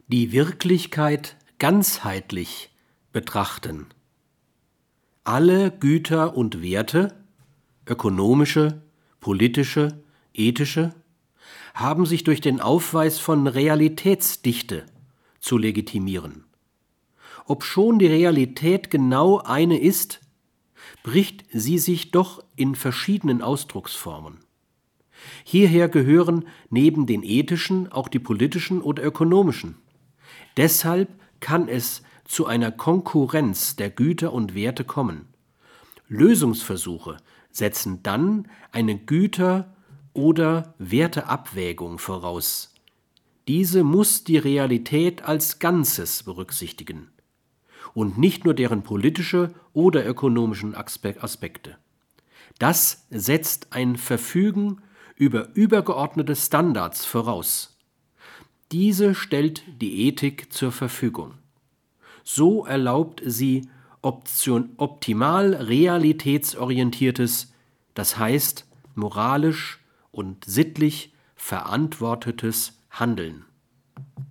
Die Wirklichkeit ganzheitlich betrachten. Alle Güter und Werte, ökonomische, politische, ethische, haben sich durch den Aufweis von Realitätsdichte zu legitimieren. Obschon die Realität genau eine ist, bricht sie sich doch in verschiedenen Ausdrucksformen. Hierher gehören neben den ethischen auch die politischen oder ökonomischen. Deshalb kann es zu einer Konkurrenz der Güter und Werte kommen. Lösungsversuche setzen dann eine Güter- oder Werteabwägung voraus. Diese muss die Realität als Ganzes berücksichtigen und nicht nur deren politische oder ökonomischen Aspekte. Das setzt ein Verfügen über übergeordnete Standards voraus. Diese stellt die Ethik zur Verfügung. So erlaubt sie optimal realitätsorientiertes, das heißt moralisch und sittlich verantwortetes Handeln.